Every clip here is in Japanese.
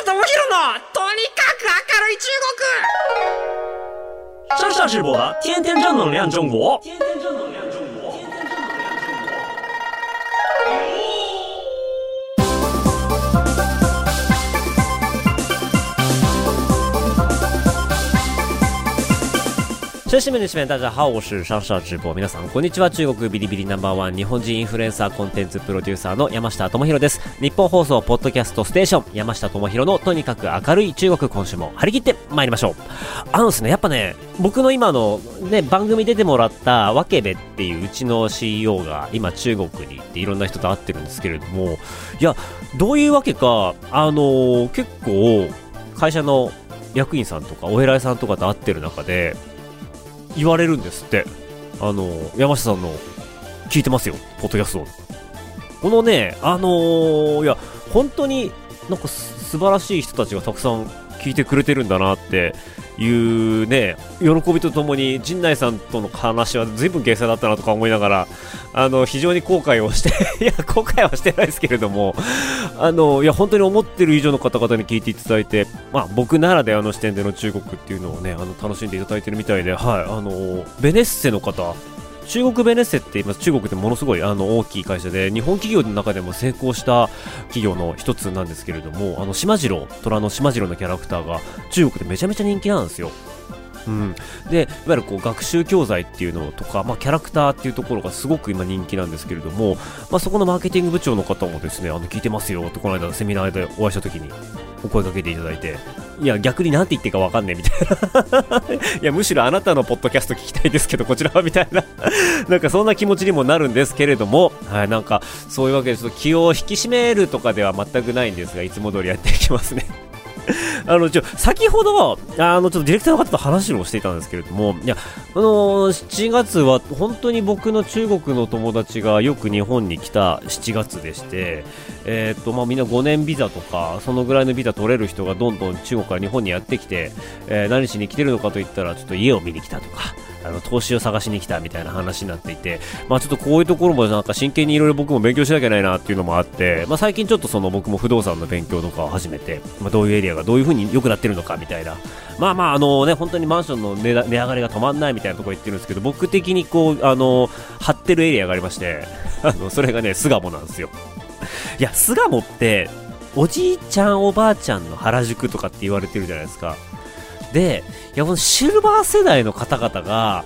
智弘のとにかく明るい中国。 上上直播的天天正能量中国。生しめにしめ大家好，我是上上直播。皆さんこんにちは。中国ビリビリナンバーワン日本人インフルエンサーコンテンツプロデューサーの山下智博です。日本放送ポッドキャストステーション山下智博のとにかく明るい中国、今週も張り切って参りましょう。ですね、やっぱね、僕の今のね番組出てもらったわけべっていううちの CEO が今中国に行っていろんな人と会ってるんですけれども、いやどういうわけか結構会社の役員さんとかお偉いさんとかと会ってる中で言われるんですって。山下さんの聞いてますよポッドキャスト。このねいや本当になんか素晴らしい人たちがたくさん聞いてくれてるんだなっていうね、喜びとともに陣内さんとの話は随分芸者だったなとか思いながら非常に後悔をしていや後悔はしてないですけれどもいや本当に思ってる以上の方々に聞いていただいて、僕ならではの視点での中国っていうのをね楽しんでいただいてるみたいで、ベネッセの方、中国ベネッセって言います。中国ってものすごい大きい会社で日本企業の中でも成功した企業の一つなんですけれども、島次郎、虎の島次郎のキャラクターが中国でめちゃめちゃ人気なんですよ。でいわゆるこう学習教材っていうのとか、キャラクターっていうところがすごく今人気なんですけれども、そこのマーケティング部長の方もですね聞いてますよってこの間セミナーでお会いした時にお声掛けていただいて、いや逆になんて言っていいか分かんねえみたいないやむしろあなたのポッドキャスト聞きたいですけどこちらはみたいななんかそんな気持ちにもなるんですけれども、なんかそういうわけでちょっと気を引き締めるとかでは全くないんですが、いつも通りやっていきますね先ほどちょっとディレクターの方と話をしていたんですけれども、いや7月は本当に僕の中国の友達がよく日本に来た7月でして、みんな5年ビザとかそのぐらいのビザ取れる人がどんどん中国から日本にやってきて、何しに来てるのかといったらちょっと家を見に来たとか投資を探しに来たみたいな話になっていて、ちょっとこういうところもなんか真剣にいろいろ僕も勉強しなきゃいけないなっていうのもあって、最近ちょっと僕も不動産の勉強とかを始めて、どういうエリアがどういう風に良くなってるのかみたいな、本当にマンションの値上がりが止まんないみたいなところ言ってるんですけど、僕的にこう張ってるエリアがありましてそれがね巣鴨なんですよ。いや巣鴨っておじいちゃんおばあちゃんの原宿とかって言われてるじゃないですか。でいやこのシルバー世代の方々が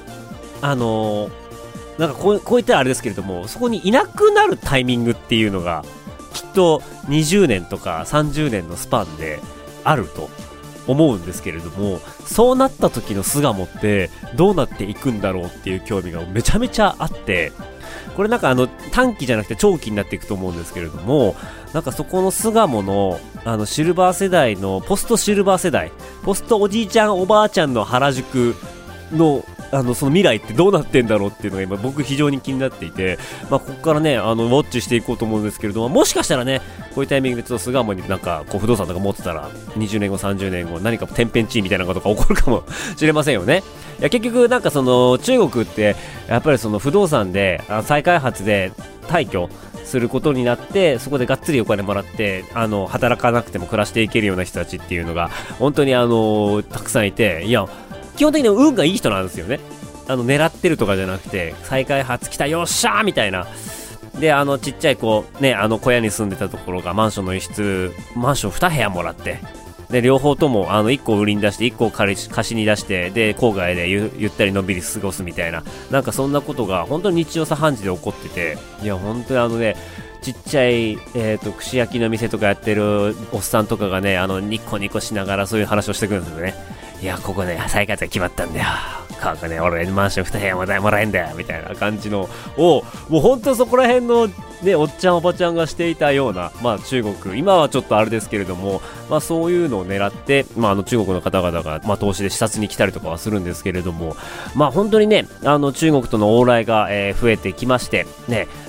なんかこう言ったらあれですけれども、そこにいなくなるタイミングっていうのがきっと20年とか30年のスパンであると思うんですけれども、そうなった時の巣鴨ってどうなっていくんだろうっていう興味がめちゃめちゃあって、これなんか短期じゃなくて長期になっていくと思うんですけれども、なんかそこの巣鴨のシルバー世代のポストシルバー世代、ポストおじいちゃんおばあちゃんの原宿のその未来ってどうなってんだろうっていうのが今僕非常に気になっていて、ここからねウォッチしていこうと思うんですけれども、もしかしたらねこういうタイミングでちょっと巣鴨になんかこう不動産とか持ってたら20年後30年後何か天変地異みたいなことが起こるかもしれませんよね。いや結局なんかその中国ってやっぱりその不動産で再開発で退去することになって、そこでがっつりお金もらって働かなくても暮らしていけるような人たちっていうのが本当にたくさんいて、いや基本的に運がいい人なんですよね。狙ってるとかじゃなくて再開発来たよっしゃーみたいなでちっちゃい小屋に住んでたところがマンションの一室マンション2部屋もらって、で両方とも1個売りに出して1個貸しに出して、で郊外でゆったりのんびり過ごすみたいな、なんかそんなことが本当に日常茶飯事で起こってて、いや本当にちっちゃい、串焼きの店とかやってるおっさんとかがねニコニコしながらそういう話をしてくるんですよね。いやここね再開発が決まったんだよ、ここね俺マンション2部屋もらえんだよみたいな感じのをもう本当そこら辺のねおっちゃんおばちゃんがしていたような、中国今はちょっとあれですけれども、そういうのを狙って、中国の方々が、投資で視察に来たりとかはするんですけれども、本当にね中国との往来が、増えてきましてね、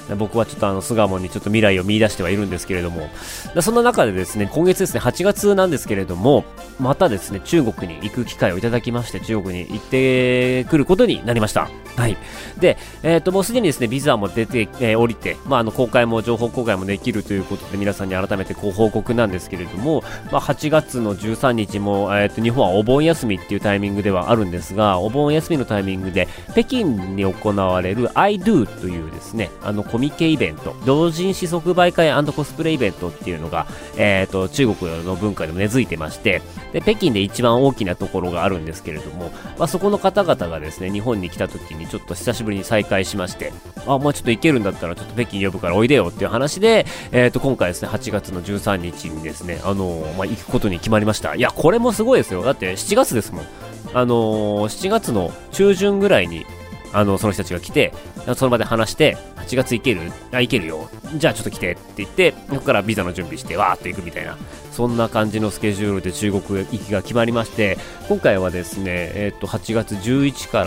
僕はちょっと巣鴨にちょっと未来を見出してはいるんですけれども、そんな中でですね、今月ですね、8月なんですけれども、またですね、中国に行く機会をいただきまして、中国に行ってくることになりました。はい。で、もうすでにですね、ビザも出て、降りて、公開も、情報公開もできるということで、皆さんに改めてご報告なんですけれども、8月の13日も、日本はお盆休みっていうタイミングではあるんですが、お盆休みのタイミングで、北京に行われる iDo というですね、コミケイベント、同人誌即売会&コスプレイベントっていうのが、中国の文化でも根付いてまして、で、北京で一番大きなところがあるんですけれども、そこの方々がですね、日本に来た時にちょっと久しぶりに再会しまして、もうちょっと行けるんだったらちょっと北京呼ぶからおいでよっていう話で、今回ですね、8月の13日にですね、行くことに決まりました。いや、これもすごいですよ。だって7月ですもん。7月の中旬ぐらいに、その人たちが来て、その場で話して、8月行けるよ。じゃあちょっと来てって言って、そこからビザの準備して、わーっと行くみたいな、そんな感じのスケジュールで中国行きが決まりまして、今回はですね、8月11から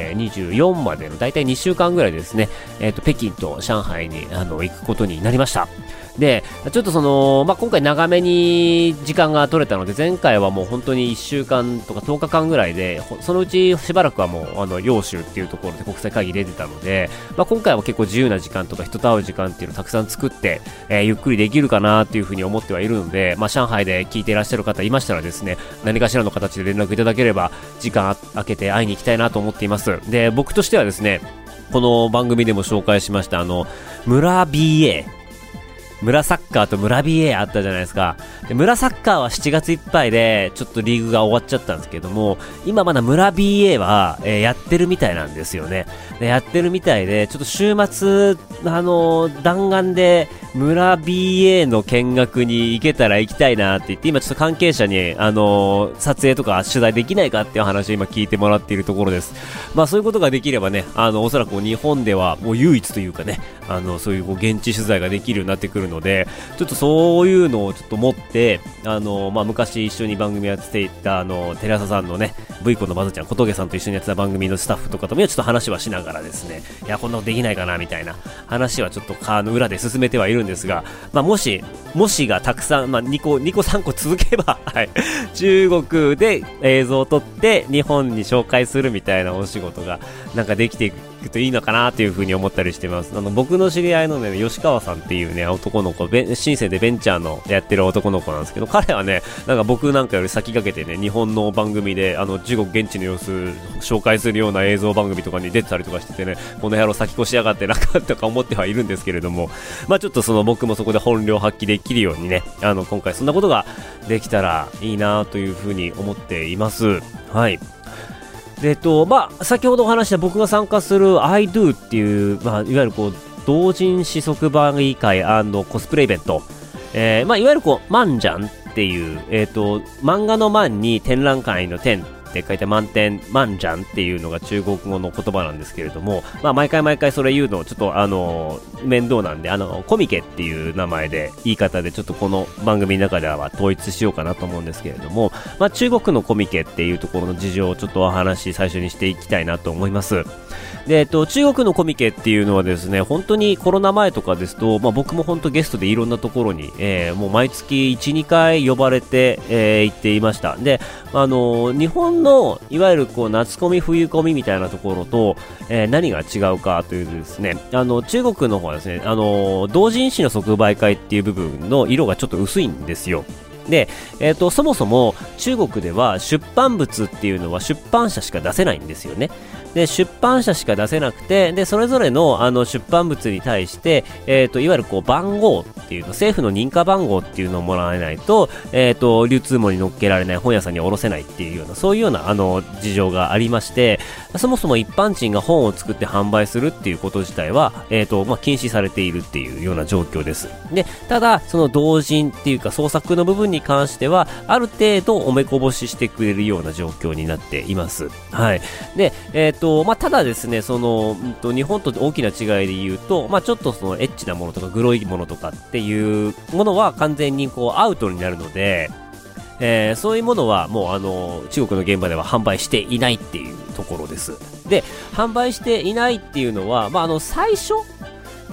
、24までのだいたい2週間ぐらいですね、北京と上海に行くことになりました。で、ちょっと今回長めに時間が取れたので、前回はもう本当に1週間とか10日間ぐらいで、そのうちしばらくはもう、揚州っていうところで国際会議出てたので、今回は結構自由な時間とか人と会う時間っていうのをたくさん作って、ゆっくりできるかなっていうふうに思ってはいるので、上海で聞いていらっしゃる方いましたらですね、何かしらの形で連絡いただければ、時間空けて会いに行きたいなと思っています。で、僕としてはですね、この番組でも紹介しました村 BA、村サッカーと村 BA あったじゃないですか。で、村サッカーは7月いっぱいでちょっとリーグが終わっちゃったんですけども、今まだ村 BA は、やってるみたいなんですよね。で、やってるみたいで、ちょっと週末弾丸で村 BA の見学に行けたら行きたいなって言って、今ちょっと関係者に撮影とか取材できないかっていう話を今聞いてもらっているところです。そういうことができればね、おそらく日本ではもう唯一というかね、そういう現地取材ができるようになってくるので、ちょっとそういうのをちょっと持って、昔一緒に番組やっていたテレ朝さんのね、V 子のバズちゃん、小峠さんと一緒にやってた番組のスタッフとかともちょっと話はしながらですね、いや、こんなことできないかなみたいな話はちょっと裏で進めてはいるんですが、もしがたくさん、2個3個続けば、はい、中国で映像を撮って日本に紹介するみたいなお仕事がなんかできていくといいのかなというふうに思ったりしてます。僕の知り合いのね、吉川さんっていうね、男の子、深センでベンチャーのやってる男の子なんですけど、彼はね、なんか僕なんかより先駆けてね、日本の番組で中国現地の様子紹介するような映像番組とかに出てたりとかしててね、この野郎先越しやがってなかとか思ってはいるんですけれども、ちょっと僕もそこで本領発揮できるようにね、今回そんなことができたらいいなというふうに思っています。はい。で、先ほどお話した僕が参加する iDo っていう、いわゆる同人誌即売会&コスプレイベント、いわゆる漫ジャンっていう、漫画の漫に展覧会の展って書いて漫ジャンっていうのが中国語の言葉なんですけれども、毎回それ言うのちょっと面倒なんで、コミケっていう名前で言い方でちょっとこの番組の中では統一しようかなと思うんですけれども、中国のコミケっていうところの事情をちょっとお話最初にしていきたいなと思います。で、中国のコミケっていうのはですね、本当にコロナ前とかですと、僕も本当ゲストでいろんなところに、もう毎月 1,2 回呼ばれて、行っていました。で、日本のいわゆる夏コミ冬コミみたいなところと、何が違うかというとですね、中国の方はですね、同人誌の即売会っていう部分の色がちょっと薄いんですよ。で、そもそも中国では出版物っていうのは出版社しか出せないんですよね。で、出版社しか出せなくて、で、それぞれの出版物に対して、いわゆる番号っていうの、政府の認可番号っていうのをもらえないと、流通網に乗っけられない、本屋さんに卸せないっていうような、そういうような事情がありまして、そもそも一般人が本を作って販売するっていうこと自体は、禁止されているっていうような状況です。で、ただ、その同人っていうか創作の部分に関しては、ある程度おめこぼししてくれるような状況になっています。はい。で、ただですね、日本と大きな違いで言うと、ちょっとエッチなものとかグロいものとかっていうものは完全にアウトになるので、そういうものはもう中国の現場では販売していないっていうところです。で、販売していないっていうのは、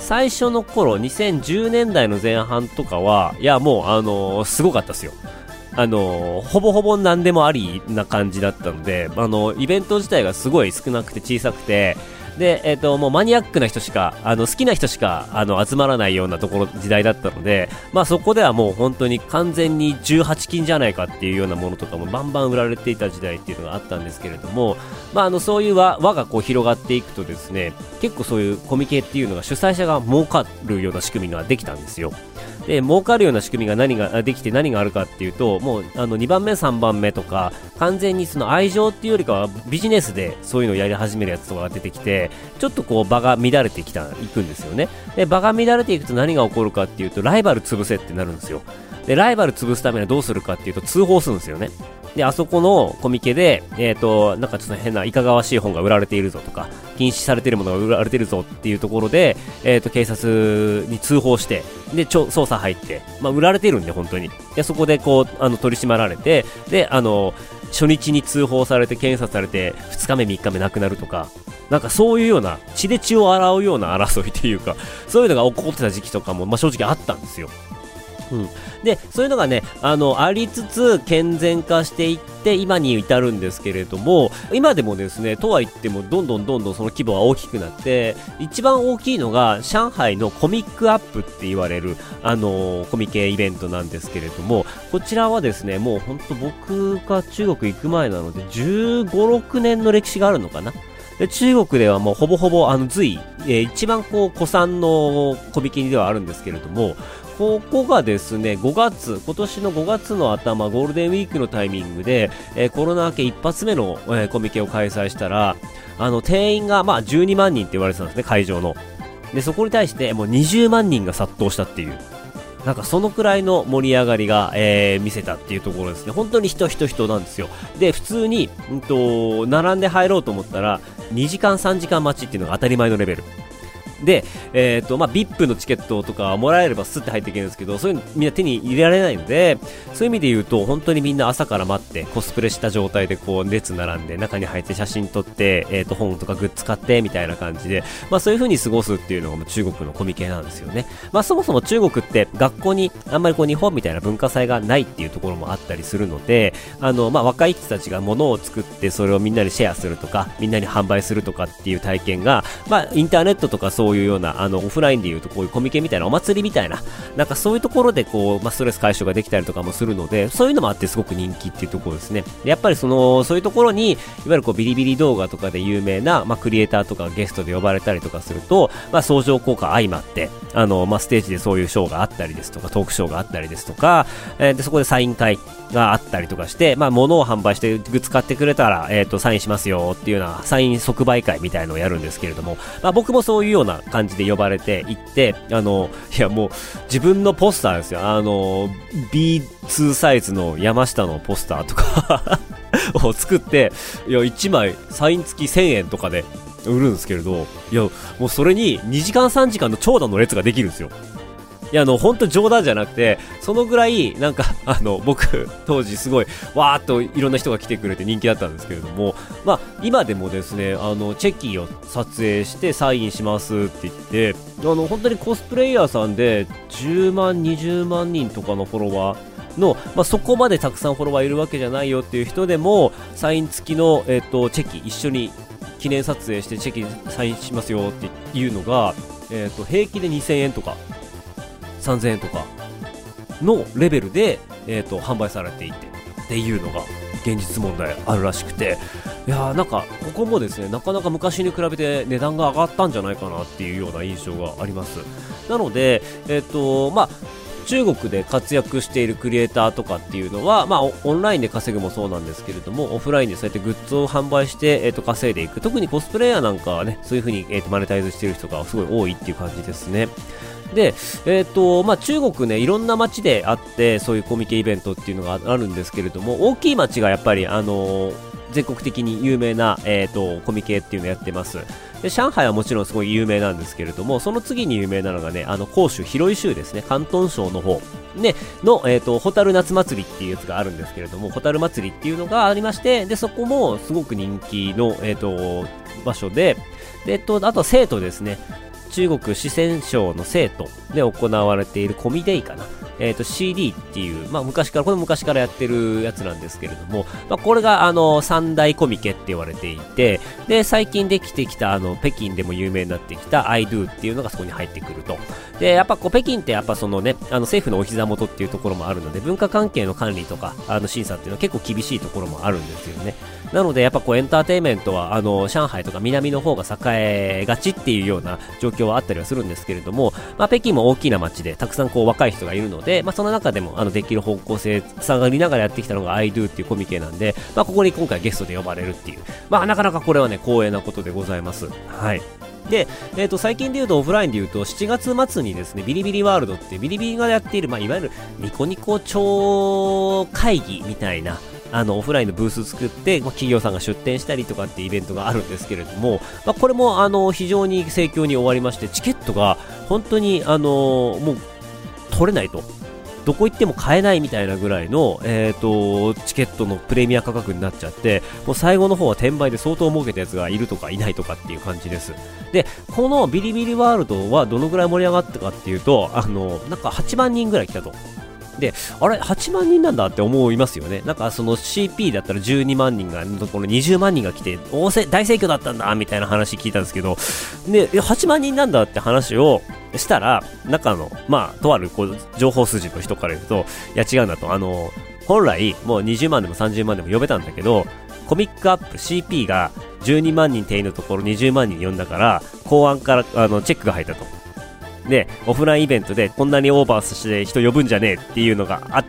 最初の頃、2010年代の前半とかは、いや、もう、すごかったですよ。ほぼほぼ何でもありな感じだったので、イベント自体がすごい少なくて小さくて、で、もうマニアックな人しか、好きな人しか、集まらないような時代だったので、まあそこではもう本当に完全に18禁じゃないかっていうようなものとかもバンバン売られていた時代っていうのがあったんですけれども、まあそういう輪がこう広がっていくとですね、結構そういうコミケっていうのが主催者が儲かるような仕組みができたんですよ。で、儲かるような仕組みが何ができて何があるかっていうと、もう2番目3番目とか完全にその愛情っていうよりかはビジネスでそういうのをやり始めるやつとかが出てきて、ちょっとこう場が乱れていくんですよね。で、場が乱れていくと何が起こるかっていうと、ライバル潰せってなるんですよ。で、ライバル潰すためにはどうするかっていうと、通報するんですよね。で、あそこのコミケで、なんかちょっと変ないかがわしい本が売られているぞとか、禁止されているものが売られているぞっていうところで、警察に通報して、で、捜査入って、まあ、売られているんで、本当に。で、そこでこう、取り締まられて、で、初日に通報されて検査されて、2日目3日目亡くなるとか、なんかそういうような、血で血を洗うような争いというか、そういうのが起こってた時期とかも、まあ、正直あったんですよ。うん、でそういうのがねありつつ健全化していって今に至るんですけれども、今でもですねとは言ってもどんどんその規模が大きくなって、一番大きいのが上海のコミックアップって言われるコミケイベントなんですけれども、こちらはですねもう本当僕が中国行く前なので15、6年の歴史があるのかな。で中国ではもうほぼほぼ随、一番こう古参のコミケではあるんですけれども、ここがですね今年の5月の頭ゴールデンウィークのタイミングで、コロナ明け一発目の、コミケを開催したら定員がまあ12万人って言われてたんですね、会場の。でそこに対してもう20万人が殺到したっていう、なんかそのくらいの盛り上がりが、見せたっていうところですね。本当に人なんですよ。で普通に、並んで入ろうと思ったら2時間3時間待ちっていうのが当たり前のレベルで、まあ、VIP のチケットとかもらえればスッて入っていけるんですけど、そういうのみんな手に入れられないので、そういう意味で言うと本当にみんな朝から待ってコスプレした状態でこう列並んで中に入って写真撮って、本とかグッズ買ってみたいな感じで、まあ、そういう風に過ごすっていうのが中国のコミケなんですよね。まあ、そもそも中国って学校にあんまりこう日本みたいな文化祭がないっていうところもあったりするので、まあ、若い人たちが物を作ってそれをみんなにシェアするとかみんなに販売するとかっていう体験が、まあ、インターネットとかそういうようなオフラインでいうとこういうコミケみたいなお祭りみたいな、なんかそういうところでこう、まあ、ストレス解消ができたりとかもするので、そういうのもあってすごく人気っていうところですね。でやっぱりそういうところにいわゆるこうビリビリ動画とかで有名な、まあ、クリエイターとかゲストで呼ばれたりとかすると、まあ、相乗効果相まってまあ、ステージでそういうショーがあったりですとかトークショーがあったりですとか、でそこでサイン会があったりとかして、まあ、物を販売してグッズ買ってくれたら、サインしますよっていうようなサイン即売会みたいのをやるんですけれども、まあ、僕もそういうような感じで呼ばれて行っていやもう自分のポスターですよ、B2 サイズの山下のポスターとかを作って、いや1枚サイン付き1000円とかで売るんですけれど、いやもうそれに2時間3時間の長蛇の列ができるんですよ。いや本当冗談じゃなくて、そのぐらいなんか僕当時すごいわーっといろんな人が来てくれて人気だったんですけれども、まあ今でもですねチェキを撮影してサインしますって言って本当にコスプレイヤーさんで10万20万人とかのフォロワーの、まあ、そこまでたくさんフォロワーいるわけじゃないよっていう人でもサイン付きの、チェキ一緒に記念撮影してチェキサインしますよっていうのが、平気で2000円とか3000円とかのレベルで、販売されていてっていうのが現実問題あるらしくて、いやーなんかここもですねなかなか昔に比べて値段が上がったんじゃないかなっていうような印象があります。なのでまあ中国で活躍しているクリエイターとかっていうのは、まあ、オンラインで稼ぐもそうなんですけれども、オフラインでそうやってグッズを販売して、稼いでいく。特にコスプレイヤーなんかはね、そういう風に、マネタイズしている人がすごい多いっていう感じですね。で、まあ、中国ね、いろんな街であって、そういうコミケイベントっていうのがあるんですけれども、大きい街がやっぱり、全国的に有名な、コミケっていうのをやってます。で上海はもちろんすごい有名なんですけれども、その次に有名なのがね、広州、広い州ですね、広東省の方、ね、の、蛍夏祭りっていうやつがあるんですけれども、蛍祭りっていうのがありまして、で、そこもすごく人気の、場所で、あと生徒ですね。 中国四川省の成都で行われているコミデイかな。CD っていう、これ昔からやってるやつなんですけれども、これが三大コミケって言われていて、で、最近できてきた北京でも有名になってきた iDo っていうのがそこに入ってくると。で、やっぱ北京ってやっぱそのね、政府のお膝元っていうところもあるので、文化関係の管理とか、審査っていうのは結構厳しいところもあるんですよね。なのでやっぱエンターテインメントは上海とか南の方が栄えがちっていうような状況はあったりはするんですけれども、北京も大きな街でたくさん若い人がいるので、その中でもできる方向性下がりながらやってきたのが iDo っていうコミケなんで、ここに今回ゲストで呼ばれるっていう、なかなかこれはね光栄なことでございます。はい。で、最近で言うとオフラインで言うと7月末にですねビリビリワールドってビリビリがやっている、いわゆるニコニコ超会議みたいなオフラインのブース作って、企業さんが出展したりとかっていうイベントがあるんですけれども、これも非常に盛況に終わりまして、チケットが本当にもう取れないと、どこ行っても買えないみたいなぐらいの、チケットのプレミア価格になっちゃって、もう最後の方は転売で相当儲けたやつがいるとかいないとかっていう感じです。で、このビリビリワールドはどのぐらい盛り上がったかっていうと、なんか8万人ぐらい来たと。で、あれ8万人なんだって思いますよね。なんかその CP だったら12万人がこの20万人が来て大盛況だったんだみたいな話聞いたんですけど、で8万人なんだって話をしたら、中のとある情報筋の人から言うと、いや違うんだと、本来もう20万でも30万でも呼べたんだけど、コミックアップ CP が12万人定員のところ20万人呼んだから、公安からチェックが入ったと。で、オフラインイベントでこんなにオーバーして人呼ぶんじゃねえっていうのがあって、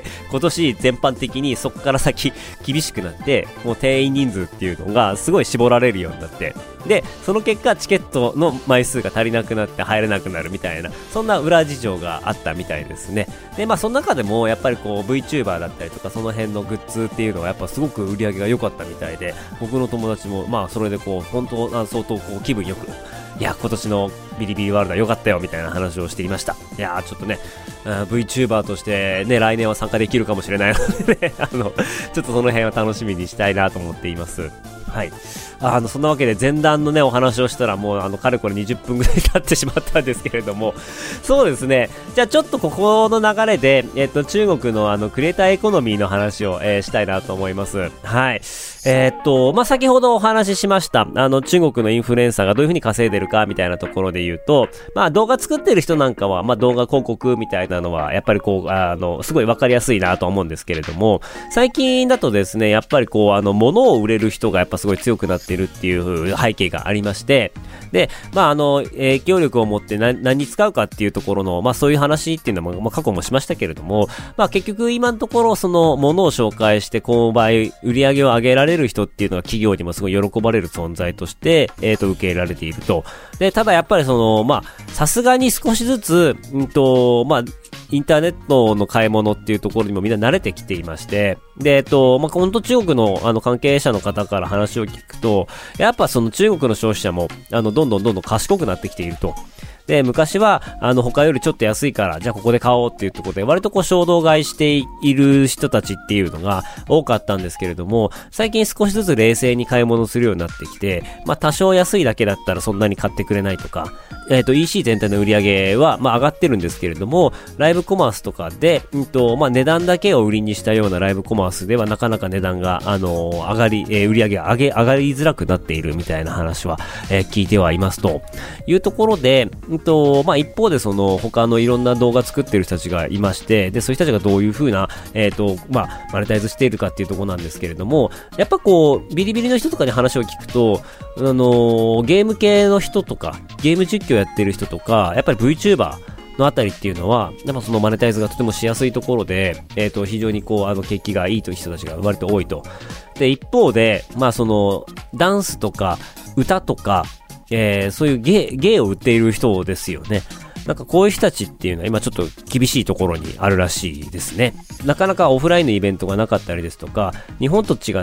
今年全般的にそこから先厳しくなって、もう定員人数っていうのがすごい絞られるようになって、で、その結果チケットの枚数が足りなくなって入れなくなるみたいな、そんな裏事情があったみたいですね。で、その中でもやっぱりVTuber だったりとかその辺のグッズっていうのはやっぱすごく売り上げが良かったみたいで、僕の友達もそれで本当相当気分よく、いや今年のビリビリワールドは良かったよみたいな話をしていました。いやちょっとね、VTuber としてね来年は参加できるかもしれないのでねちょっとその辺は楽しみにしたいなと思っています。はい。そんなわけで前段のねお話をしたらもうかれこれ20分ぐらい経ってしまったんですけれども、そうですね、じゃあちょっとここの流れで中国のクリエイターエコノミーの話を、したいなと思います。はい。先ほどお話ししました中国のインフルエンサーがどういう風に稼いでるかみたいなところで言うと、動画作ってる人なんかは動画広告みたいなのはやっぱりすごいわかりやすいなと思うんですけれども、最近だとですねやっぱり物を売れる人がやっぱすごい強くなっているっていう背景がありまして、で影響力を持って何に使うかっていうところのそういう話っていうのも過去もしましたけれども、結局今のところその物を紹介して購買売り上げを上げられる人っていうのは企業にもすごい喜ばれる存在として、受け入れられていると。で、ただやっぱりさすがに少しずつ、インターネットの買い物っていうところにもみんな慣れてきていまして、で、本当中国の関係者の方から話を聞くと、やっぱその中国の消費者も、どんどん賢くなってきていると。で、昔は、他よりちょっと安いから、じゃあここで買おうっていうところで、割と衝動買いしている人たちっていうのが多かったんですけれども、最近少しずつ冷静に買い物するようになってきて、多少安いだけだったらそんなに買ってくれないとか、EC 全体の売り上げは、上がってるんですけれども、ライブコマースとかで、値段だけを売りにしたようなライブコマースではなかなか値段が、上がり、売り上げが上がりづらくなっているみたいな話は、聞いてはいますというところで、一方で他のいろんな動画作ってる人たちがいまして、で、そういう人たちがどういう風な、マネタイズしているかっていうところなんですけれども、やっぱビリビリの人とかに話を聞くと、ゲーム系の人とか、ゲーム実況やってる人とか、やっぱり VTuber のあたりっていうのは、やっぱそのマネタイズがとてもしやすいところで、非常に景気がいいという人たちが割と多いと。で、一方で、ダンスとか、歌とか、そういう芸を売っている人ですよね。なんかこういう人たちっていうのは今ちょっと厳しいところにあるらしいですね。なかなかオフラインのイベントがなかったりですとか、日本と違って、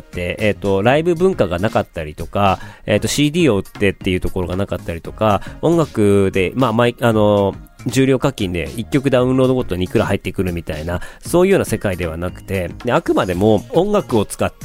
ライブ文化がなかったりとか、CD を売ってっていうところがなかったりとか、音楽で、重量課金で1曲ダウンロードごとにいくら入ってくるみたいな、そういうような世界ではなくて、であくまでも音楽を使って、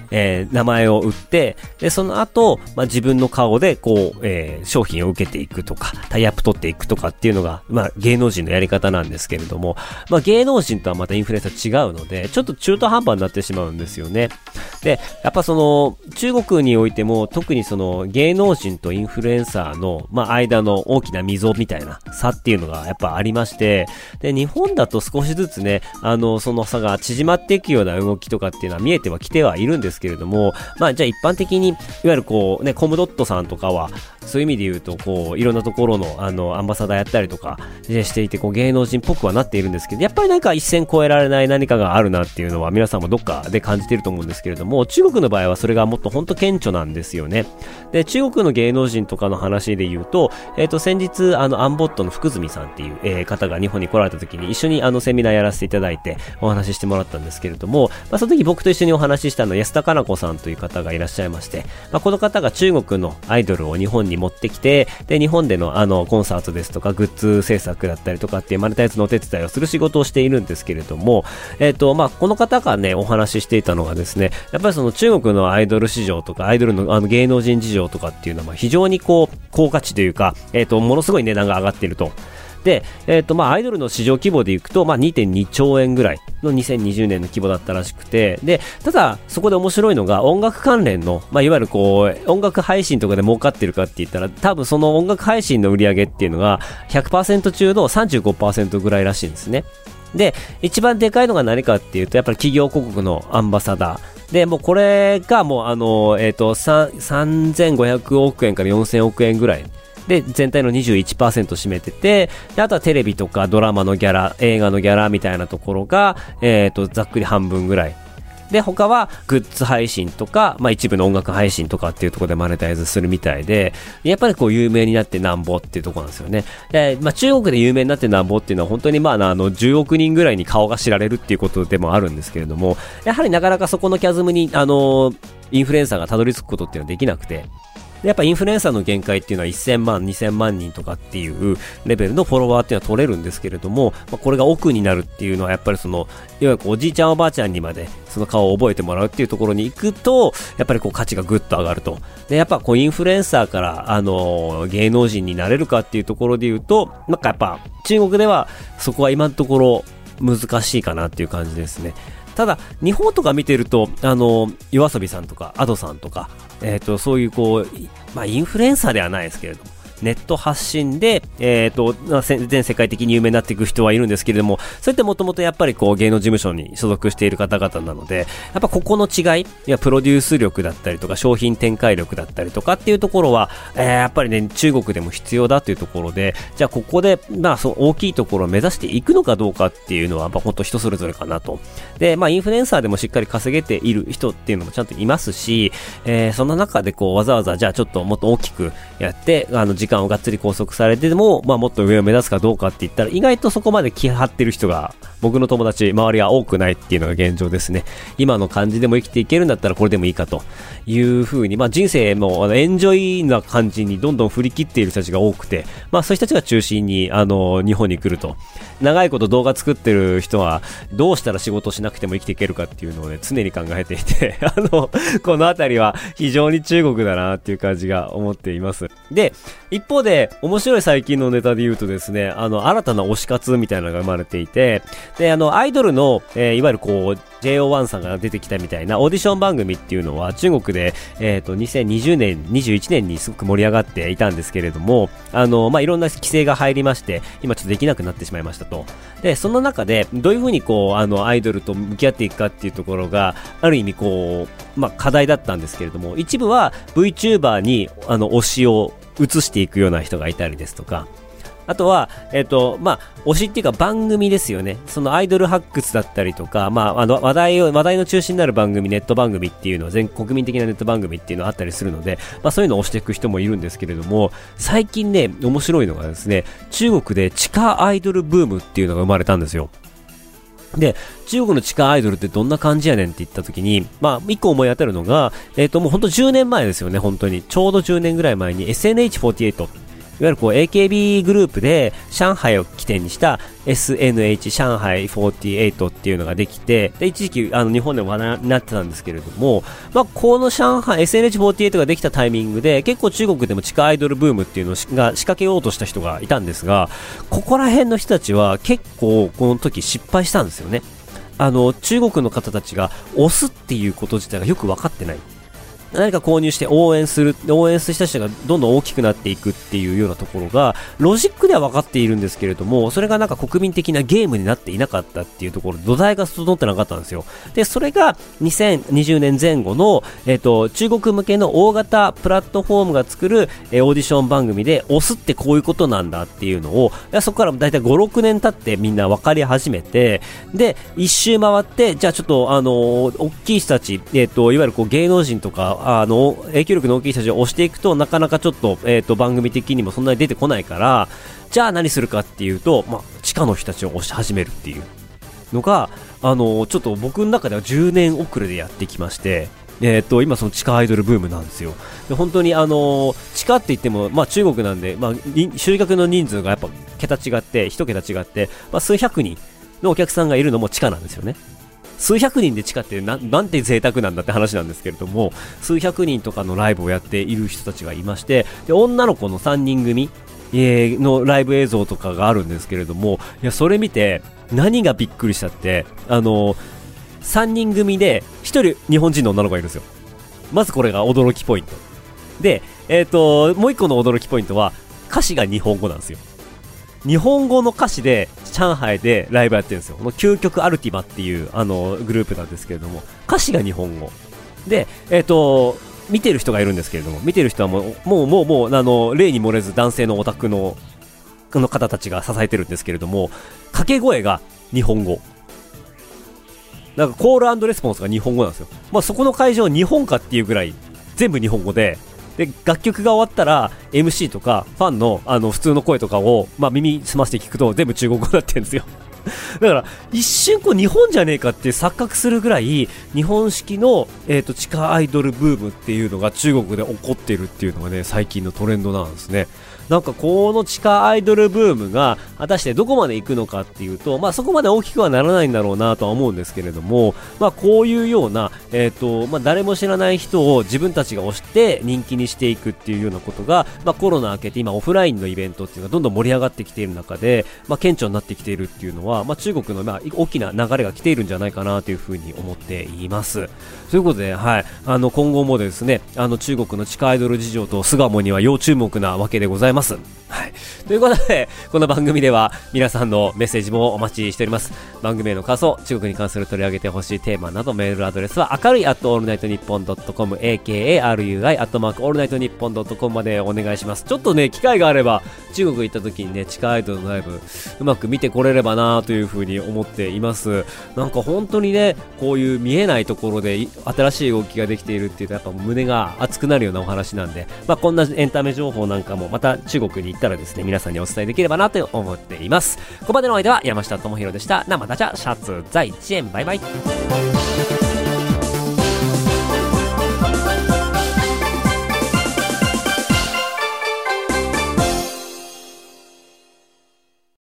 名前を売って、で、その後、自分の顔で、商品を受けていくとか、タイアップ取っていくとかっていうのが、芸能人のやり方なんですけれども、芸能人とはまたインフルエンサー違うので、ちょっと中途半端になってしまうんですよね。で、やっぱ中国においても、特に芸能人とインフルエンサーの、間の大きな溝みたいな差っていうのがやっぱありまして、で、日本だと少しずつね、その差が縮まっていくような動きとかっていうのは見えてはきてはいるんですけれども、じゃあ一般的に、いわゆるコムドットさんとかは、そういう意味で言うと、いろんなところの、アンバサダーやったりとかしていて、芸能人っぽくはなっているんですけど、やっぱりなんか一線越えられない何かがあるなっていうのは皆さんもどっかで感じていると思うんですけれども、中国の場合はそれがもっと本当顕著なんですよね。で、中国の芸能人とかの話で言うと、先日、アンボットの福住さんっていう、方が日本に来られた時に一緒にセミナーやらせていただいてお話ししてもらったんですけれども、その時僕と一緒にお話ししたのは安田かな子さんという方がいらっしゃいまして、この方が中国のアイドルを日本に持ってきて、で、日本でのコンサートですとかグッズ制作だったりとかっていうマネタイズのお手伝いをする仕事をしているんですけれども、この方がね、お話ししていたのがですね、やっぱり中国のアイドル市場とかアイドルの芸能人事情とかっていうのは非常に高価値というか、ものすごい値段が上がっていると。で、アイドルの市場規模でいくと、2.2 兆円ぐらいの2020年の規模だったらしくて、で、ただ、そこで面白いのが、音楽関連の、いわゆる音楽配信とかで儲かってるかって言ったら、多分その音楽配信の売り上げっていうのが、100% 中の 35% ぐらいらしいんですね。で、一番でかいのが何かっていうと、やっぱり企業広告のアンバサダー。で、もうこれがもう3500億円から4000億円ぐらい。で、全体の 21% 占めてて、で、あとはテレビとかドラマのギャラ、映画のギャラみたいなところが、ざっくり半分ぐらい。で、他はグッズ配信とか、一部の音楽配信とかっていうところでマネタイズするみたいで、やっぱり有名になってなんぼっていうところなんですよね。で、中国で有名になってなんぼっていうのは本当に10億人ぐらいに顔が知られるっていうことでもあるんですけれども、やはりなかなかそこのキャズムに、インフルエンサーがたどり着くことっていうのはできなくて、やっぱインフルエンサーの限界っていうのは1000万、2000万人とかっていうレベルのフォロワーっていうのは取れるんですけれども、これが億になるっていうのはやっぱりいわゆるおじいちゃんおばあちゃんにまでその顔を覚えてもらうっていうところに行くと、やっぱり価値がぐっと上がると。で、やっぱインフルエンサーから芸能人になれるかっていうところで言うと、なんかやっぱ中国ではそこは今のところ難しいかなっていう感じですね。ただ日本とか見てるとYOASOBIさんとか Ado さんとかそういうインフルエンサーではないですけれども、ネット発信で、全世界的に有名になっていく人はいるんですけれども、それってもともとやっぱり芸能事務所に所属している方々なので、やっぱここの違い、プロデュース力だったりとか、商品展開力だったりとかっていうところは、やっぱりね、中国でも必要だというところで、じゃあここで、大きいところを目指していくのかどうかっていうのは、本当人それぞれかなと。で、インフルエンサーでもしっかり稼げている人っていうのもちゃんといますし、そんな中でわざわざじゃあちょっともっと大きくやって、時間をがっつり拘束されても、もっと上を目指すかどうかって言ったら、意外とそこまで気張ってる人が、僕の友達、周りは多くないっていうのが現状ですね。今の感じでも生きていけるんだったらこれでもいいかという風に、人生もエンジョイな感じにどんどん振り切っている人たちが多くて、そういう人たちが中心に、日本に来ると。長いこと動画作ってる人は、どうしたら仕事しなくても生きていけるかっていうのをね、常に考えていて、このあたりは非常に中国だなっていう感じが思っています。で、一方で、面白い最近のネタで言うとですね、新たな推し活みたいなのが生まれていて、で、アイドルの、いわゆるJO1 さんが出てきたみたいなオーディション番組っていうのは中国で、2020年、21年にすごく盛り上がっていたんですけれども、いろんな規制が入りまして、今ちょっとできなくなってしまいましたと。で、その中で、どういうふうにアイドルと向き合っていくかっていうところが、ある意味課題だったんですけれども、一部は VTuber に、推しを移していくような人がいたりですとか、あとは、推しっていうか番組ですよね。そのアイドル発掘だったりとか、話題の中心になる番組、ネット番組っていうのは全国民的なネット番組っていうのがあったりするので、そういうのを推していく人もいるんですけれども、最近ね、面白いのがですね、中国で地下アイドルブームっていうのが生まれたんですよ。で、中国の地下アイドルってどんな感じやねんって言った時に、一個思い当たるのが、もうほんと10年前ですよね、本当に。ちょうど10年ぐらい前に SNH48 ゆるこう AKB グループで上海を起点にした SNH 上海48っていうのができて、で一時期日本でも話題になってたんですけれども、まあ、この上海 SNH48 ができたタイミングで結構中国でも地下アイドルブームっていうのが仕掛けようとした人がいたんですが、ここら辺の人たちは結構この時失敗したんですよね。中国の方たちが押すっていうこと自体がよく分かってない。何か購入して応援した人がどんどん大きくなっていくっていうようなところがロジックでは分かっているんですけれども、それがなんか国民的なゲームになっていなかったっていうところで土台が整ってなかったんですよ。でそれが2020年前後の、中国向けの大型プラットフォームが作る、オーディション番組で押すってこういうことなんだっていうのを、そこからだいたい 5,6 年経ってみんな分かり始めて、で一周回ってじゃあちょっと大きい人たち、いわゆるこう芸能人とか影響力の大きい人たちを押していくとなかなかちょっと、番組的にもそんなに出てこないから、じゃあ何するかっていうと、地下の人たちを押し始めるっていうのがちょっと僕の中では10年遅れでやってきまして、今その地下アイドルブームなんですよ。で本当に地下って言っても、中国なんで、集客の人数がやっぱ桁違って一桁違って、数百人のお客さんがいるのも地下なんですよね。数百人で地下ってなんて贅沢なんだって話なんですけれども、数百人とかのライブをやっている人たちがいまして、で女の子の3人組のライブ映像とかがあるんですけれども、いやそれ見て何がびっくりしたって3人組で1人日本人の女の子がいるんですよ。まずこれが驚きポイントで、もう一個の驚きポイントは歌詞が日本語なんですよ。日本語の歌詞で上海でライブやってるんですよ。この究極アルティマっていうグループなんですけれども、歌詞が日本語で、見てる人がいるんですけれども、見てる人はもう例に漏れず男性のオタクの方たちが支えてるんですけれども、掛け声が日本語、なんかコール&レスポンスが日本語なんですよ。そこの会場日本かっていうぐらい全部日本語で、楽曲が終わったら MC とかファンの普通の声とかを、耳澄まして聞くと全部中国語になってるんですよ。だから一瞬こう日本じゃねえかって錯覚するぐらい日本式の、地下アイドルブームっていうのが中国で起こっているっていうのがね、最近のトレンドなんですね。なんかこの地下アイドルブームが果たしてどこまで行くのかっていうと、そこまで大きくはならないんだろうなとは思うんですけれども、こういうような、誰も知らない人を自分たちが推して人気にしていくっていうようなことが、コロナ明けて今オフラインのイベントっていうのがどんどん盛り上がってきている中で、顕著になってきているっていうのは、中国の大きな流れが来ているんじゃないかなというふうに思っています。ということで、今後もですね、中国の地下アイドル事情と巣鴨には要注目なわけでございます。ということで、この番組では皆さんのメッセージもお待ちしております。番組への感想、中国に関する取り上げてほしいテーマなど、メールアドレスは明るい@allnightnippon.com akarui@allnightnippon.com までお願いします。ちょっとね、機会があれば中国行った時にね、地下アイドルのライブうまく見てこれればなというふうに思っています。なんか本当にね、こういう見えないところで新しい動きができているっていうと、やっぱ胸が熱くなるようなお話なんで、こんなエンタメ情報なんかもまた中国に行ったらですね、皆さんにお伝えできればなと思っています。ここまでの間は山下智博でした。なまたじゃシャツ在地園、バイバイ。